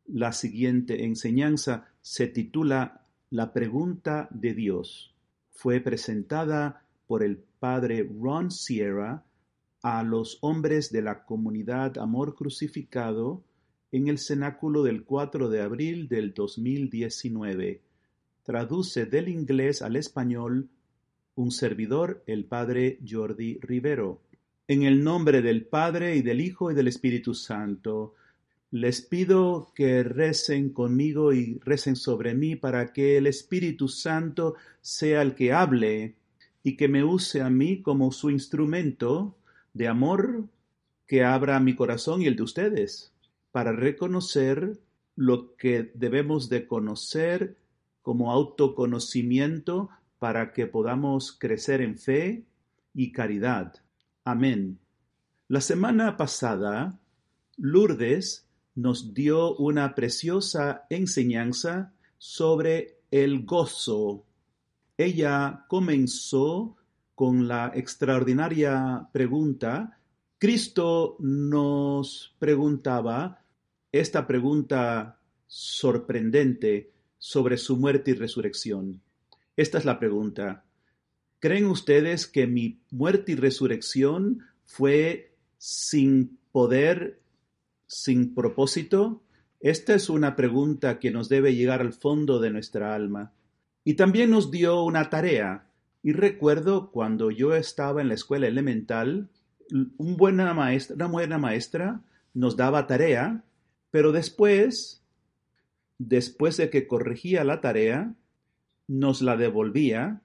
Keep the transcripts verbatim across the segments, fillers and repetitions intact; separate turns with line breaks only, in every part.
La siguiente enseñanza se titula La pregunta de Dios. Fue presentada por el padre Ron Sierra a los hombres de la comunidad Amor Crucificado en el cenáculo del cuatro de abril del dos mil diecinueve. Traduce del inglés al español un servidor, el padre Jordi Rivero. En el nombre del Padre, y del Hijo, y del Espíritu Santo, les pido que recen conmigo y recen sobre mí para que el Espíritu Santo sea el que hable y que me use a mí como su instrumento de amor, que abra mi corazón y el de ustedes, para reconocer lo que debemos de conocer como autoconocimiento para que podamos crecer en fe y caridad. Amén. La semana pasada, Lourdes nos dio una preciosa enseñanza sobre el gozo. Ella comenzó con la extraordinaria pregunta. Cristo nos preguntaba esta pregunta sorprendente sobre su muerte y resurrección. Esta es la pregunta. ¿Creen ustedes que mi muerte y resurrección fue sin poder, sin propósito? Esta es una pregunta que nos debe llegar al fondo de nuestra alma. Y también nos dio una tarea. Y recuerdo cuando yo estaba en la escuela elemental, un buena maestra, una buena maestra nos daba tarea, pero después, después de que corregía la tarea, nos la devolvía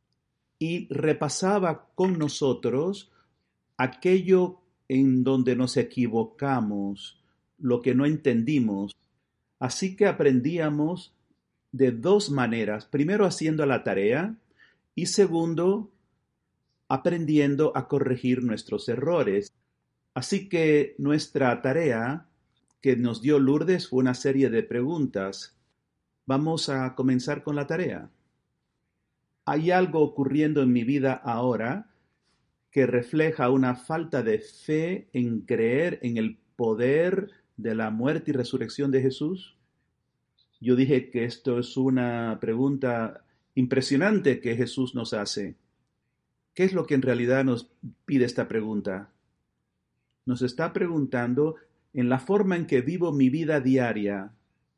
y repasaba con nosotros aquello en donde nos equivocamos, lo que no entendimos. Así que aprendíamos de dos maneras. Primero, haciendo la tarea, y segundo, aprendiendo a corregir nuestros errores. Así que nuestra tarea que nos dio Lourdes fue una serie de preguntas. Vamos a comenzar con la tarea. ¿Hay algo ocurriendo en mi vida ahora que refleja una falta de fe en creer en el poder de la muerte y resurrección de Jesús? Yo dije que esto es una pregunta impresionante que Jesús nos hace. ¿Qué es lo que en realidad nos pide esta pregunta? Nos está preguntando en la forma en que vivo mi vida diaria.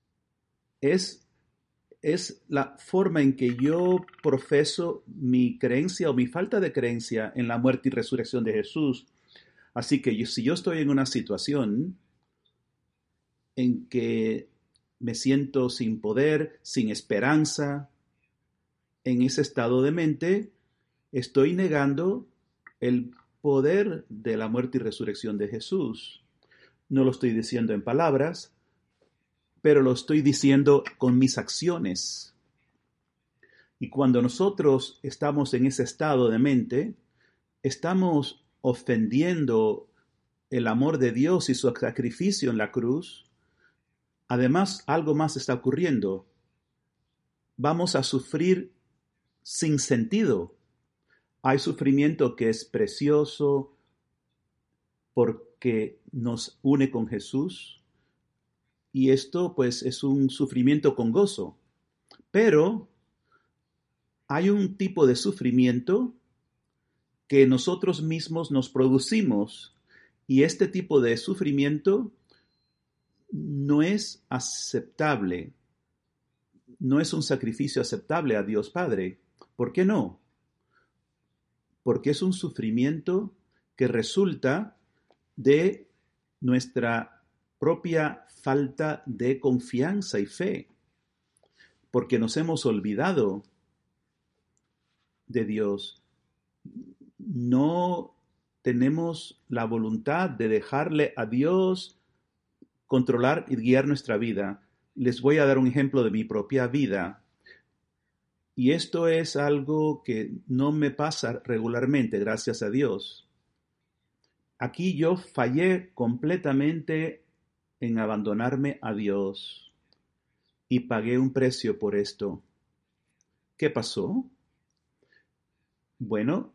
¿Es es la forma en que yo profeso mi creencia o mi falta de creencia en la muerte y resurrección de Jesús? Así que yo, si yo estoy en una situación en que me siento sin poder, sin esperanza, en ese estado de mente, estoy negando el poder de la muerte y resurrección de Jesús. No lo estoy diciendo en palabras, pero lo estoy diciendo con mis acciones. Y cuando nosotros estamos en ese estado de mente, estamos ofendiendo el amor de Dios y su sacrificio en la cruz. Además, algo más está ocurriendo. Vamos a sufrir sin sentido. Hay sufrimiento que es precioso porque nos une con Jesús. Y esto pues es un sufrimiento con gozo. Pero hay un tipo de sufrimiento que nosotros mismos nos producimos. Y este tipo de sufrimiento no es aceptable. No es un sacrificio aceptable a Dios Padre. ¿Por qué no? Porque es un sufrimiento que resulta de nuestra propia falta de confianza y fe, porque nos hemos olvidado de Dios. No tenemos la voluntad de dejarle a Dios controlar y guiar nuestra vida. Les voy a dar un ejemplo de mi propia vida. Y esto es algo que no me pasa regularmente, gracias a Dios. Aquí yo fallé completamente en abandonarme a Dios y pagué un precio por esto. ¿Qué pasó? Bueno,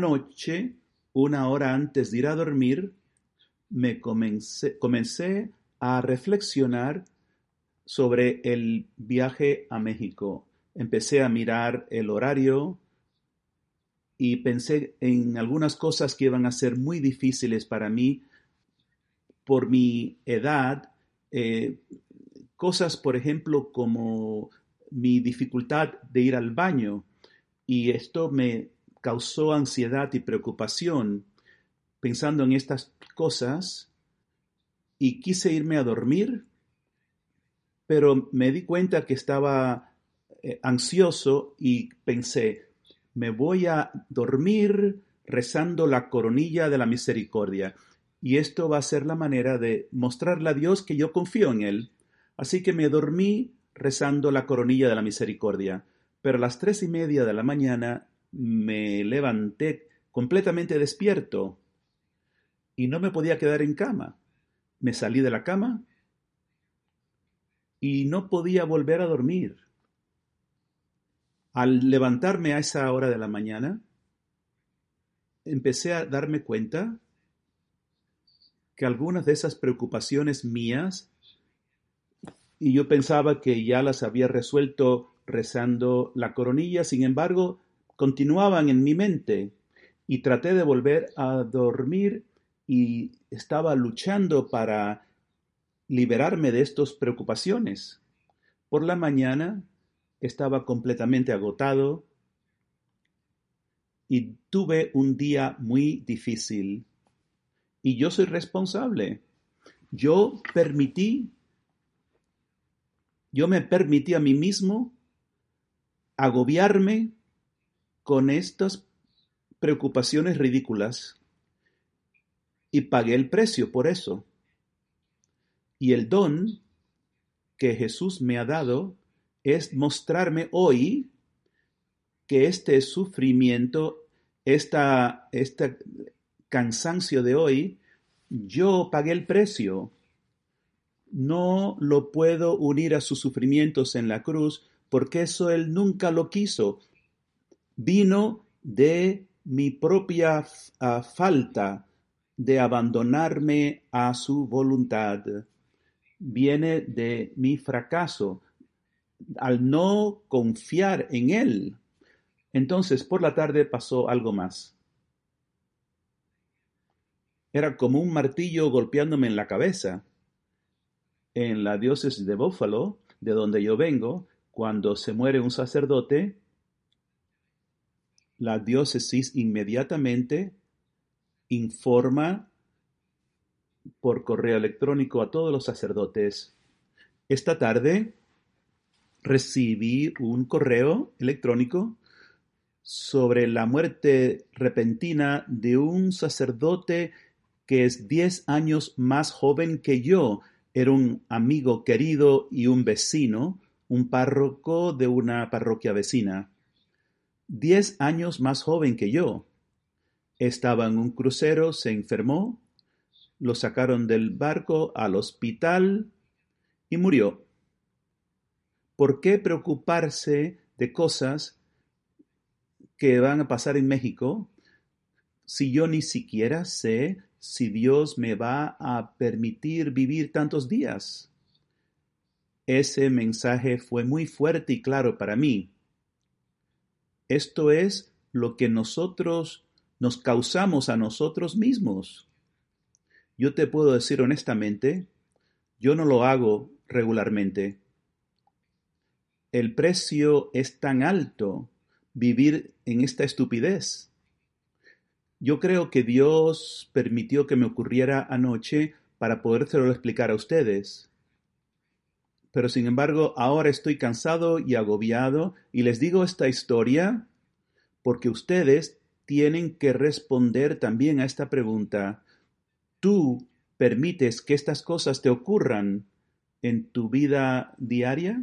anoche, una hora antes de ir a dormir, me comencé, comencé a reflexionar sobre el viaje a México. Empecé a mirar el horario y pensé en algunas cosas que iban a ser muy difíciles para mí por mi edad. Eh, cosas, por ejemplo, como mi dificultad de ir al baño. Y esto me causó ansiedad y preocupación pensando en estas cosas y quise irme a dormir, pero me di cuenta que estaba eh, ansioso y pensé, me voy a dormir rezando la coronilla de la misericordia. Y esto va a ser la manera de mostrarle a Dios que yo confío en Él. Así que me dormí rezando la coronilla de la misericordia. Pero a las tres y media de la mañana me levanté completamente despierto y no me podía quedar en cama. Me salí de la cama y no podía volver a dormir. Al levantarme a esa hora de la mañana, empecé a darme cuenta que algunas de esas preocupaciones mías, y yo pensaba que ya las había resuelto rezando la coronilla, sin embargo, continuaban en mi mente y traté de volver a dormir y estaba luchando para liberarme de estas preocupaciones. Por la mañana estaba completamente agotado y tuve un día muy difícil. Y yo soy responsable. Yo permití, yo me permití a mí mismo agobiarme con estas preocupaciones ridículas y pagué el precio por eso. Y el don que Jesús me ha dado es mostrarme hoy que este sufrimiento, esta, este cansancio de hoy, yo pagué el precio. No lo puedo unir a sus sufrimientos en la cruz porque eso Él nunca lo quiso. Vino de mi propia uh, falta de abandonarme a su voluntad. Viene de mi fracaso al no confiar en Él. Entonces, por la tarde pasó algo más. Era como un martillo golpeándome en la cabeza. En la diócesis de Buffalo, de donde yo vengo, cuando se muere un sacerdote, la diócesis inmediatamente informa por correo electrónico a todos los sacerdotes. Esta tarde recibí un correo electrónico sobre la muerte repentina de un sacerdote que es diez años más joven que yo. Era un amigo querido y un vecino, un párroco de una parroquia vecina. Diez años más joven que yo. Estaba en un crucero, se enfermó, lo sacaron del barco al hospital y murió. ¿Por qué preocuparse de cosas que van a pasar en México si yo ni siquiera sé si Dios me va a permitir vivir tantos días? Ese mensaje fue muy fuerte y claro para mí. Esto es lo que nosotros nos causamos a nosotros mismos. Yo te puedo decir honestamente, yo no lo hago regularmente. El precio es tan alto vivir en esta estupidez. Yo creo que Dios permitió que me ocurriera anoche para podérselo explicar a ustedes. Pero sin embargo, ahora estoy cansado y agobiado y les digo esta historia porque ustedes tienen que responder también a esta pregunta. ¿Tú permites que estas cosas te ocurran en tu vida diaria?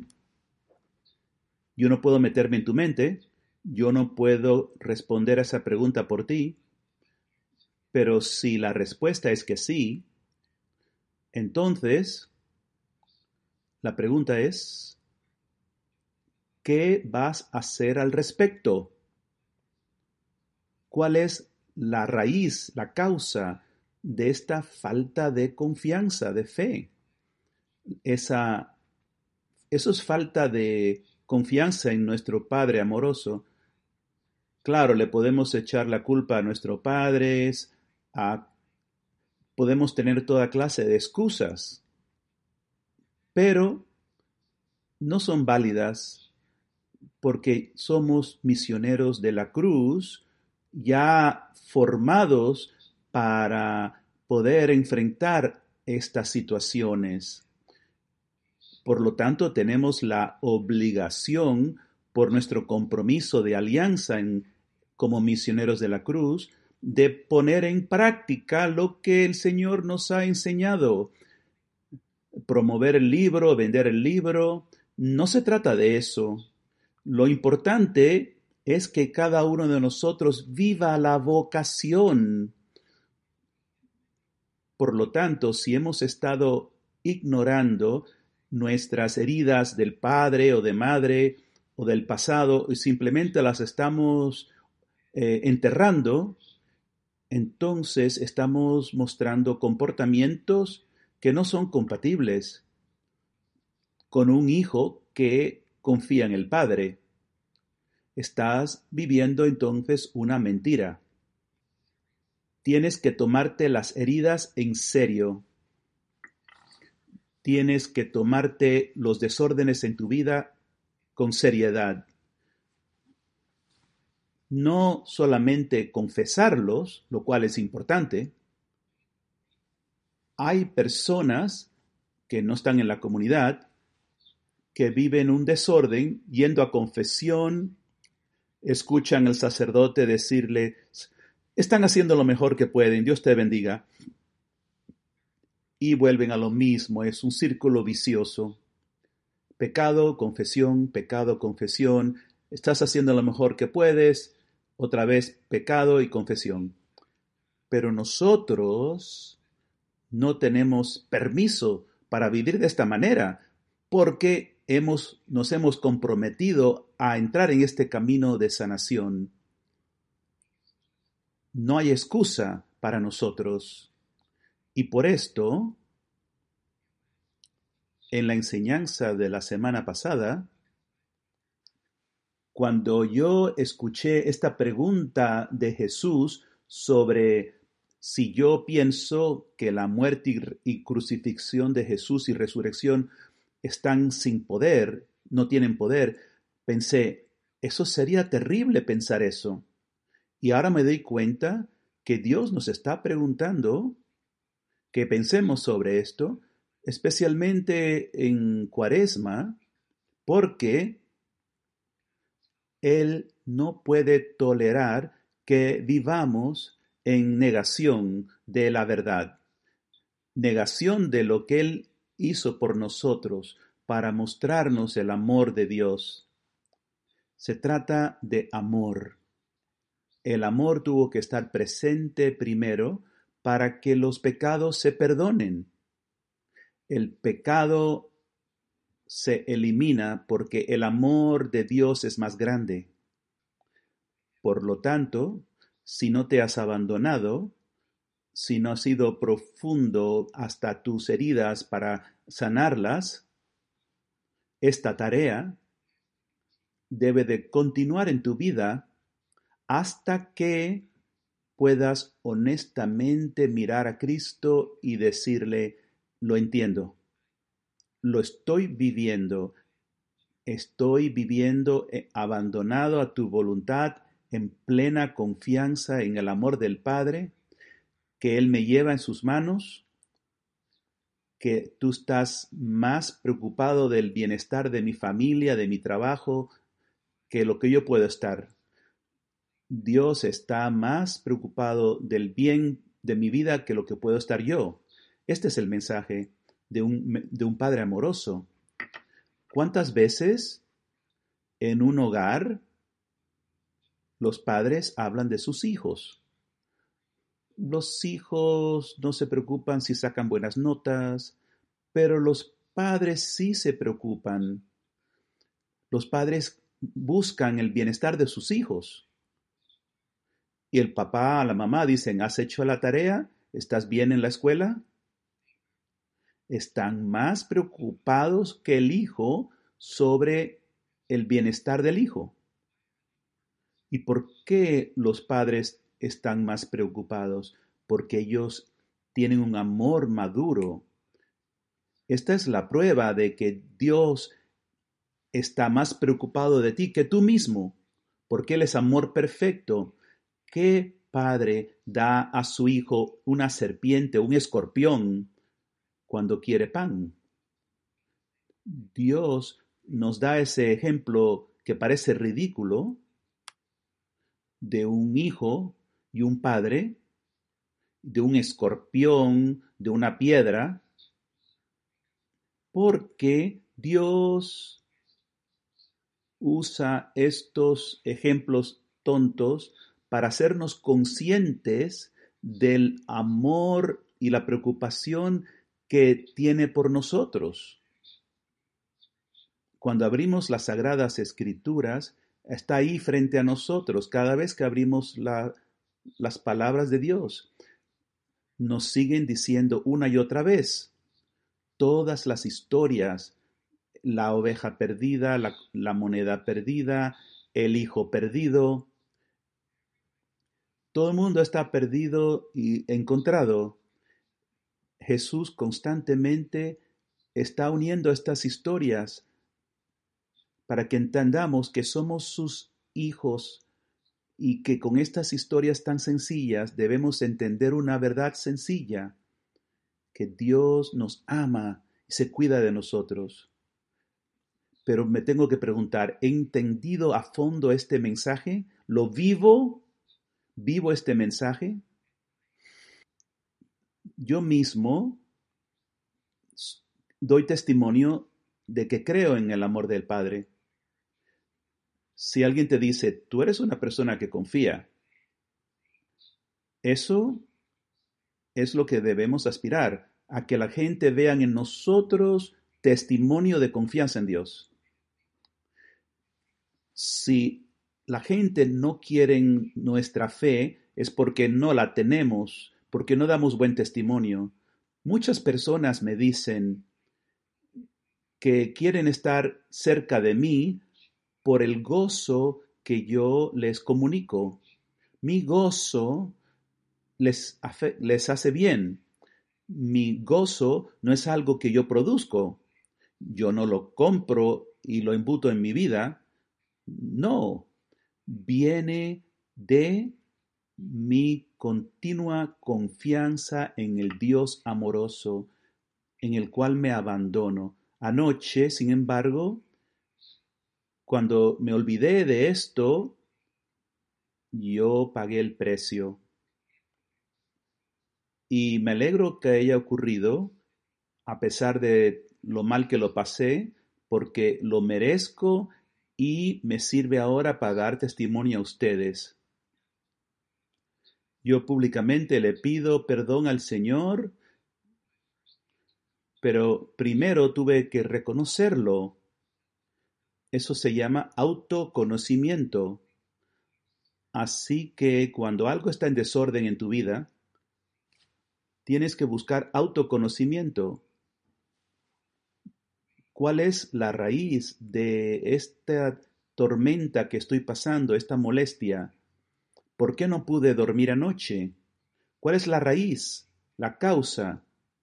Yo no puedo meterme en tu mente, yo no puedo responder a esa pregunta por ti, pero si la respuesta es que sí, entonces la pregunta es, ¿qué vas a hacer al respecto? ¿Cuál es la raíz, la causa de esta falta de confianza, de fe? esa, eso es falta de confianza en nuestro Padre amoroso. Claro, le podemos echar la culpa a nuestros padres, a, podemos tener toda clase de excusas, pero no son válidas porque somos misioneros de la cruz, ya formados para poder enfrentar estas situaciones. Por lo tanto, tenemos la obligación, por nuestro compromiso de alianza en, como misioneros de la cruz, de poner en práctica lo que el Señor nos ha enseñado. Promover el libro, vender el libro, no se trata de eso. Lo importante es que cada uno de nosotros viva la vocación. Por lo tanto, si hemos estado ignorando nuestras heridas del padre o de madre o del pasado y simplemente las estamos eh, enterrando, entonces estamos mostrando comportamientos que no son compatibles con un hijo que confía en el padre. Estás viviendo entonces una mentira. Tienes que tomarte las heridas en serio. Tienes que tomarte los desórdenes en tu vida con seriedad. No solamente confesarlos, lo cual es importante. Hay personas que no están en la comunidad, que viven un desorden, yendo a confesión, escuchan al sacerdote decirle, están haciendo lo mejor que pueden, Dios te bendiga. Y vuelven a lo mismo, es un círculo vicioso. Pecado, confesión, pecado, confesión, estás haciendo lo mejor que puedes, otra vez pecado y confesión. Pero nosotros no tenemos permiso para vivir de esta manera, porque hemos, nos hemos comprometido a entrar en este camino de sanación. No hay excusa para nosotros. Y por esto, en la enseñanza de la semana pasada, cuando yo escuché esta pregunta de Jesús sobre si yo pienso que la muerte y crucifixión de Jesús y resurrección están sin poder, no tienen poder, pensé, eso sería terrible pensar eso. Y ahora me doy cuenta que Dios nos está preguntando que pensemos sobre esto, especialmente en Cuaresma, porque Él no puede tolerar que vivamos en negación de la verdad, negación de lo que Él hizo por nosotros para mostrarnos el amor de Dios. Se trata de amor. El amor tuvo que estar presente primero para que los pecados se perdonen. El pecado se elimina porque el amor de Dios es más grande. Por lo tanto, si no te has abandonado, si no has sido profundo hasta tus heridas para sanarlas, esta tarea debe de continuar en tu vida hasta que puedas honestamente mirar a Cristo y decirle, lo entiendo, lo estoy viviendo, estoy viviendo abandonado a tu voluntad, en plena confianza en el amor del Padre, que Él me lleva en sus manos, que tú estás más preocupado del bienestar de mi familia, de mi trabajo, que lo que yo puedo estar. Dios está más preocupado del bien de mi vida que lo que puedo estar yo. Este es el mensaje de un, de un padre amoroso. ¿Cuántas veces en un hogar los padres hablan de sus hijos? Los hijos no se preocupan si sacan buenas notas, pero los padres sí se preocupan. Los padres buscan el bienestar de sus hijos. Y el papá, la mamá dicen, ¿has hecho la tarea? ¿Estás bien en la escuela? están más preocupados que el hijo sobre el bienestar del hijo. ¿Y por qué los padres están más preocupados? Porque ellos tienen un amor maduro. Esta es la prueba de que Dios está más preocupado de ti que tú mismo, porque Él es amor perfecto. ¿Qué padre da a su hijo una serpiente, un escorpión, cuando quiere pan? Dios nos da ese ejemplo que parece ridículo de un hijo y un padre, de un escorpión, de una piedra, porque Dios usa estos ejemplos tontos para hacernos conscientes del amor y la preocupación que tiene por nosotros. Cuando abrimos las Sagradas Escrituras, está ahí frente a nosotros. Cada vez que abrimos la, las palabras de Dios, nos siguen diciendo una y otra vez todas las historias: la oveja perdida, la, la moneda perdida, el hijo perdido. Todo el mundo está perdido y encontrado. Jesús constantemente está uniendo estas historias para que entendamos que somos sus hijos y que con estas historias tan sencillas debemos entender una verdad sencilla: que Dios nos ama y se cuida de nosotros. Pero me tengo que preguntar, ¿he entendido a fondo este mensaje? ¿Lo vivo? ¿Vivo este mensaje? Yo mismo doy testimonio de que creo en el amor del Padre. Si alguien te dice, tú eres una persona que confía, eso es lo que debemos aspirar, a que la gente vea en nosotros testimonio de confianza en Dios. Si la gente no quiere nuestra fe, es porque no la tenemos, porque no damos buen testimonio. Muchas personas me dicen que quieren estar cerca de mí por el gozo que yo les comunico. Mi gozo les, hace, les hace bien. Mi gozo no es algo que yo produzco. Yo no lo compro y lo imbuto en mi vida. No, viene de mi continua confianza en el Dios amoroso, en el cual me abandono. Anoche, sin embargo, cuando me olvidé de esto, yo pagué el precio. Y me alegro que haya ocurrido, a pesar de lo mal que lo pasé, porque lo merezco y me sirve ahora para dar testimonio a ustedes. Yo públicamente le pido perdón al Señor, pero primero tuve que reconocerlo. Eso se llama autoconocimiento. Así que cuando algo está en desorden en tu vida, tienes que buscar autoconocimiento. ¿Cuál es la raíz de esta tormenta que estoy pasando, esta molestia? ¿Por qué no pude dormir anoche? ¿Cuál es la raíz, la causa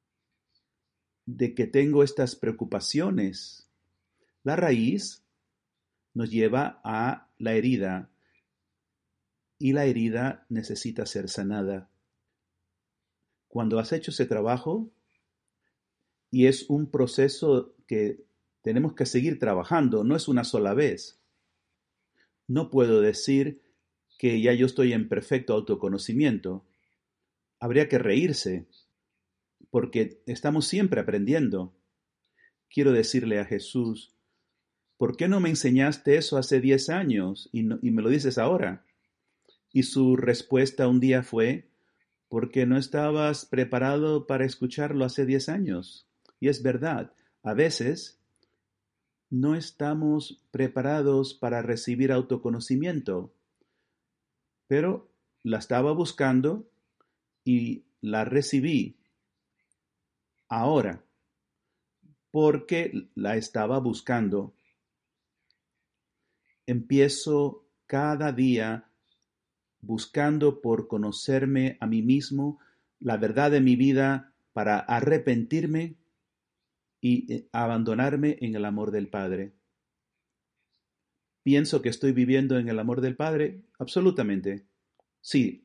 de que tengo estas preocupaciones? La raíz nos lleva a la herida y la herida necesita ser sanada. Cuando has hecho ese trabajo, y es un proceso que tenemos que seguir trabajando, no es una sola vez. No puedo decir que ya yo estoy en perfecto autoconocimiento. Habría que reírse, porque estamos siempre aprendiendo. Quiero decirle a Jesús, ¿por qué no me enseñaste eso hace diez años y, no, y me lo dices ahora? Y su respuesta un día fue, porque no estabas preparado para escucharlo hace diez años. Y es verdad, a veces no estamos preparados para recibir autoconocimiento, pero la estaba buscando y la recibí ahora. porque la estaba buscando. Empiezo cada día buscando por conocerme a mí mismo, la verdad de mi vida, para arrepentirme y abandonarme en el amor del Padre. ¿Pienso que estoy viviendo en el amor del Padre? Absolutamente. Sí,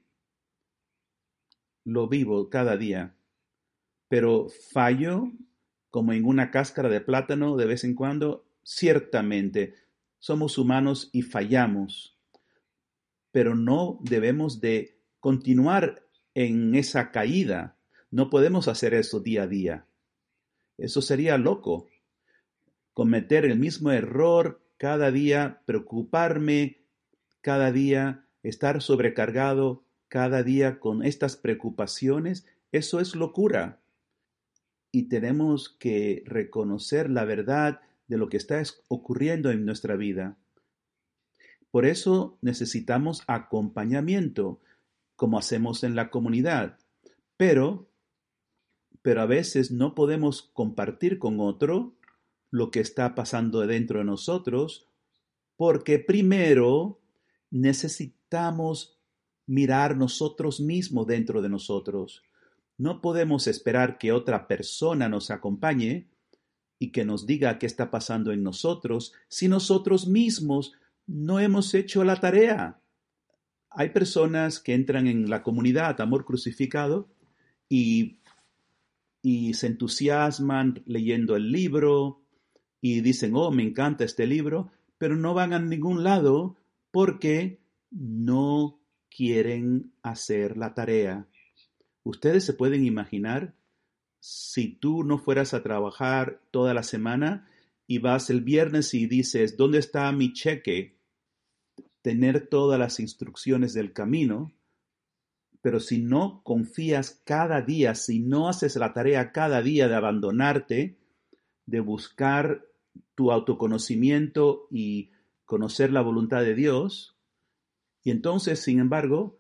lo vivo cada día. Pero fallo como en una cáscara de plátano de vez en cuando. Ciertamente, somos humanos y fallamos, pero no debemos de continuar en esa caída. No podemos hacer eso día a día. Eso sería loco. Cometer el mismo error cada día, preocuparme cada día, estar sobrecargado cada día con estas preocupaciones, eso es locura. Y tenemos que reconocer la verdad de lo que está ocurriendo en nuestra vida. Por eso necesitamos acompañamiento, como hacemos en la comunidad. Pero, pero a veces no podemos compartir con otro lo que está pasando dentro de nosotros, porque primero necesitamos mirar nosotros mismos dentro de nosotros. No podemos esperar que otra persona nos acompañe y que nos diga qué está pasando en nosotros si nosotros mismos no hemos hecho la tarea. Hay personas que entran en la comunidad Amor Crucificado y, y se entusiasman leyendo el libro y dicen, oh, me encanta este libro, pero no van a ningún lado porque no quieren hacer la tarea. Ustedes se pueden imaginar si tú no fueras a trabajar toda la semana y vas el viernes y dices, ¿dónde está mi cheque? Tener todas las instrucciones del camino, pero si no confías cada día, si no haces la tarea cada día de abandonarte, de buscar tu autoconocimiento y conocer la voluntad de Dios, y entonces, sin embargo,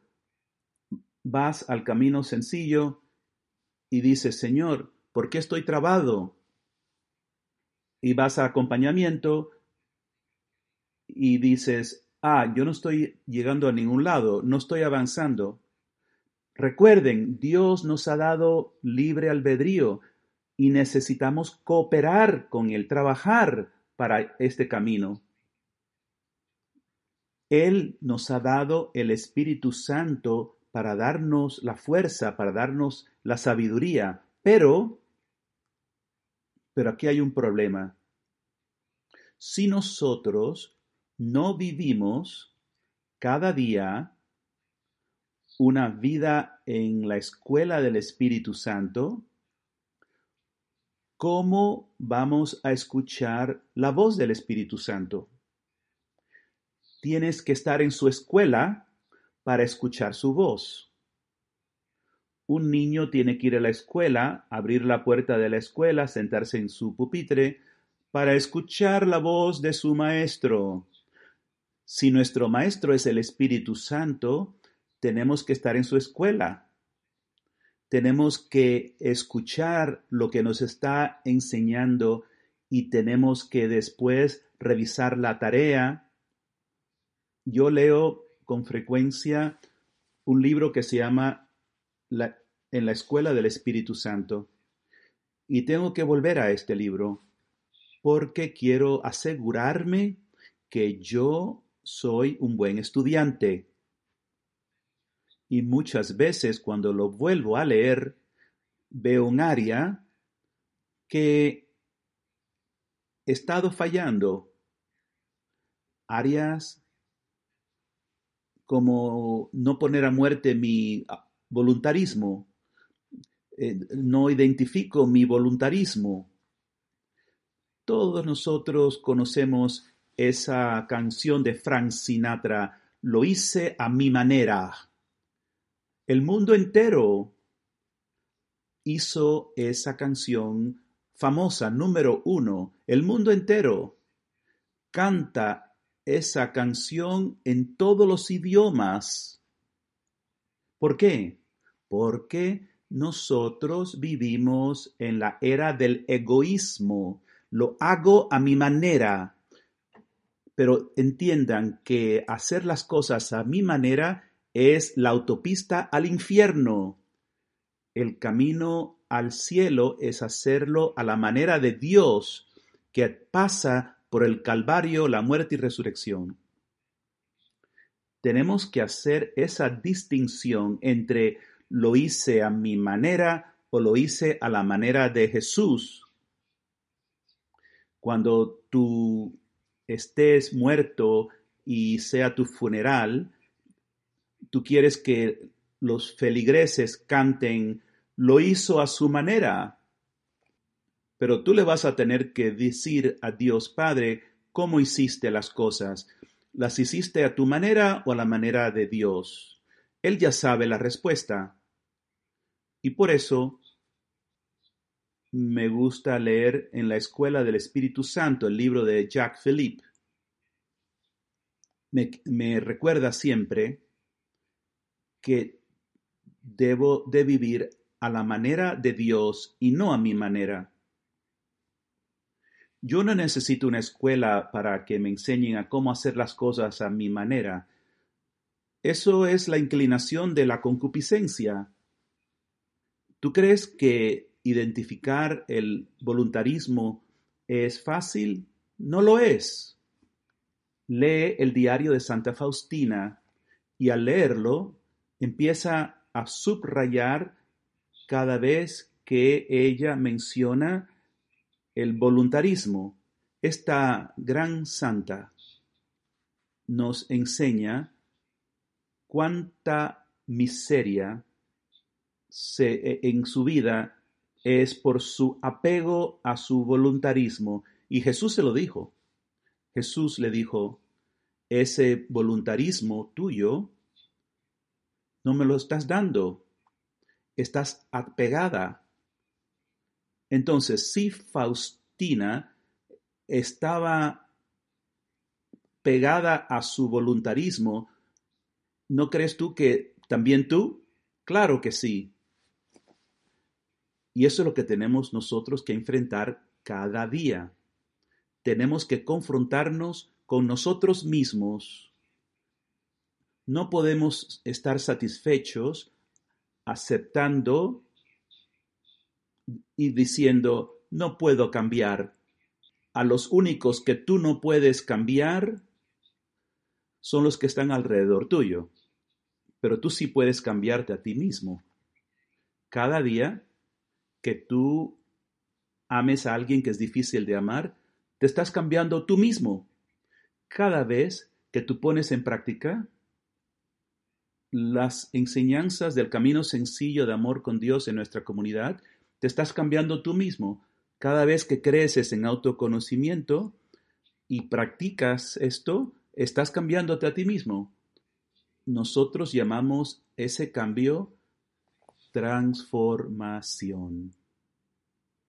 vas al camino sencillo y dices, Señor, ¿por qué estoy trabado? Y vas a acompañamiento y dices, ah, yo no estoy llegando a ningún lado, no estoy avanzando. Recuerden, Dios nos ha dado libre albedrío y necesitamos cooperar con Él, trabajar para este camino. Él nos ha dado el Espíritu Santo para darnos la fuerza, para darnos la sabiduría, pero, pero aquí hay un problema. Si nosotros no vivimos cada día una vida en la escuela del Espíritu Santo, ¿cómo vamos a escuchar la voz del Espíritu Santo? Tienes que estar en su escuela para escuchar su voz. Un niño tiene que ir a la escuela, abrir la puerta de la escuela, sentarse en su pupitre para escuchar la voz de su maestro. Si nuestro maestro es el Espíritu Santo, tenemos que estar en su escuela. Tenemos que escuchar lo que nos está enseñando y tenemos que después revisar la tarea. Yo leo con frecuencia un libro que se llama la, En la Escuela del Espíritu Santo. Y tengo que volver a este libro porque quiero asegurarme que yo soy un buen estudiante. Y muchas veces cuando lo vuelvo a leer, veo un área que he estado fallando. Áreas como no poner a muerte mi voluntarismo. Eh, no identifico mi voluntarismo. Todos nosotros conocemos esa canción de Frank Sinatra, Lo hice a mi manera. El mundo entero hizo esa canción famosa, número uno. El mundo entero canta esa canción en todos los idiomas. ¿Por qué? Porque Nosotros vivimos en la era del egoísmo. Lo hago a mi manera. Pero entiendan que hacer las cosas a mi manera es la autopista al infierno. El camino al cielo es hacerlo a la manera de Dios, que pasa por el Calvario, la muerte y resurrección. Tenemos que hacer esa distinción entre lo hice a mi manera o lo hice a la manera de Jesús. Cuando tú estés muerto y sea tu funeral, tú quieres que los feligreses canten, lo hizo a su manera. Pero tú le vas a tener que decir a Dios Padre cómo hiciste las cosas. ¿Las hiciste a tu manera o a la manera de Dios? Él ya sabe la respuesta. Y por eso me gusta leer en la Escuela del Espíritu Santo el libro de Jacques Philippe. Me, me recuerda siempre que debo de vivir a la manera de Dios y no a mi manera. Yo no necesito una escuela para que me enseñen a cómo hacer las cosas a mi manera. Eso es la inclinación de la concupiscencia. ¿Tú crees que identificar el voluntarismo es fácil? No lo es. Lee el diario de Santa Faustina y al leerlo empieza a subrayar cada vez que ella menciona el voluntarismo. Esta gran santa nos enseña cuánta miseria se, en su vida es por su apego a su voluntarismo. Y Jesús se lo dijo. Jesús le dijo, ese voluntarismo tuyo no me lo estás dando. Estás apegada. Entonces, si Faustina estaba pegada a su voluntarismo, ¿no crees tú que también tú? Claro que sí. Y eso es lo que tenemos nosotros que enfrentar cada día. Tenemos que confrontarnos con nosotros mismos. No podemos estar satisfechos aceptando y diciendo, no puedo cambiar. A los únicos que tú no puedes cambiar son los que están alrededor tuyo. Pero tú sí puedes cambiarte a ti mismo. Cada día que tú ames a alguien que es difícil de amar, te estás cambiando tú mismo. Cada vez que tú pones en práctica las enseñanzas del camino sencillo de amor con Dios en nuestra comunidad, te estás cambiando tú mismo. Cada vez que creces en autoconocimiento y practicas esto, estás cambiándote a ti mismo. Nosotros llamamos ese cambio transformación.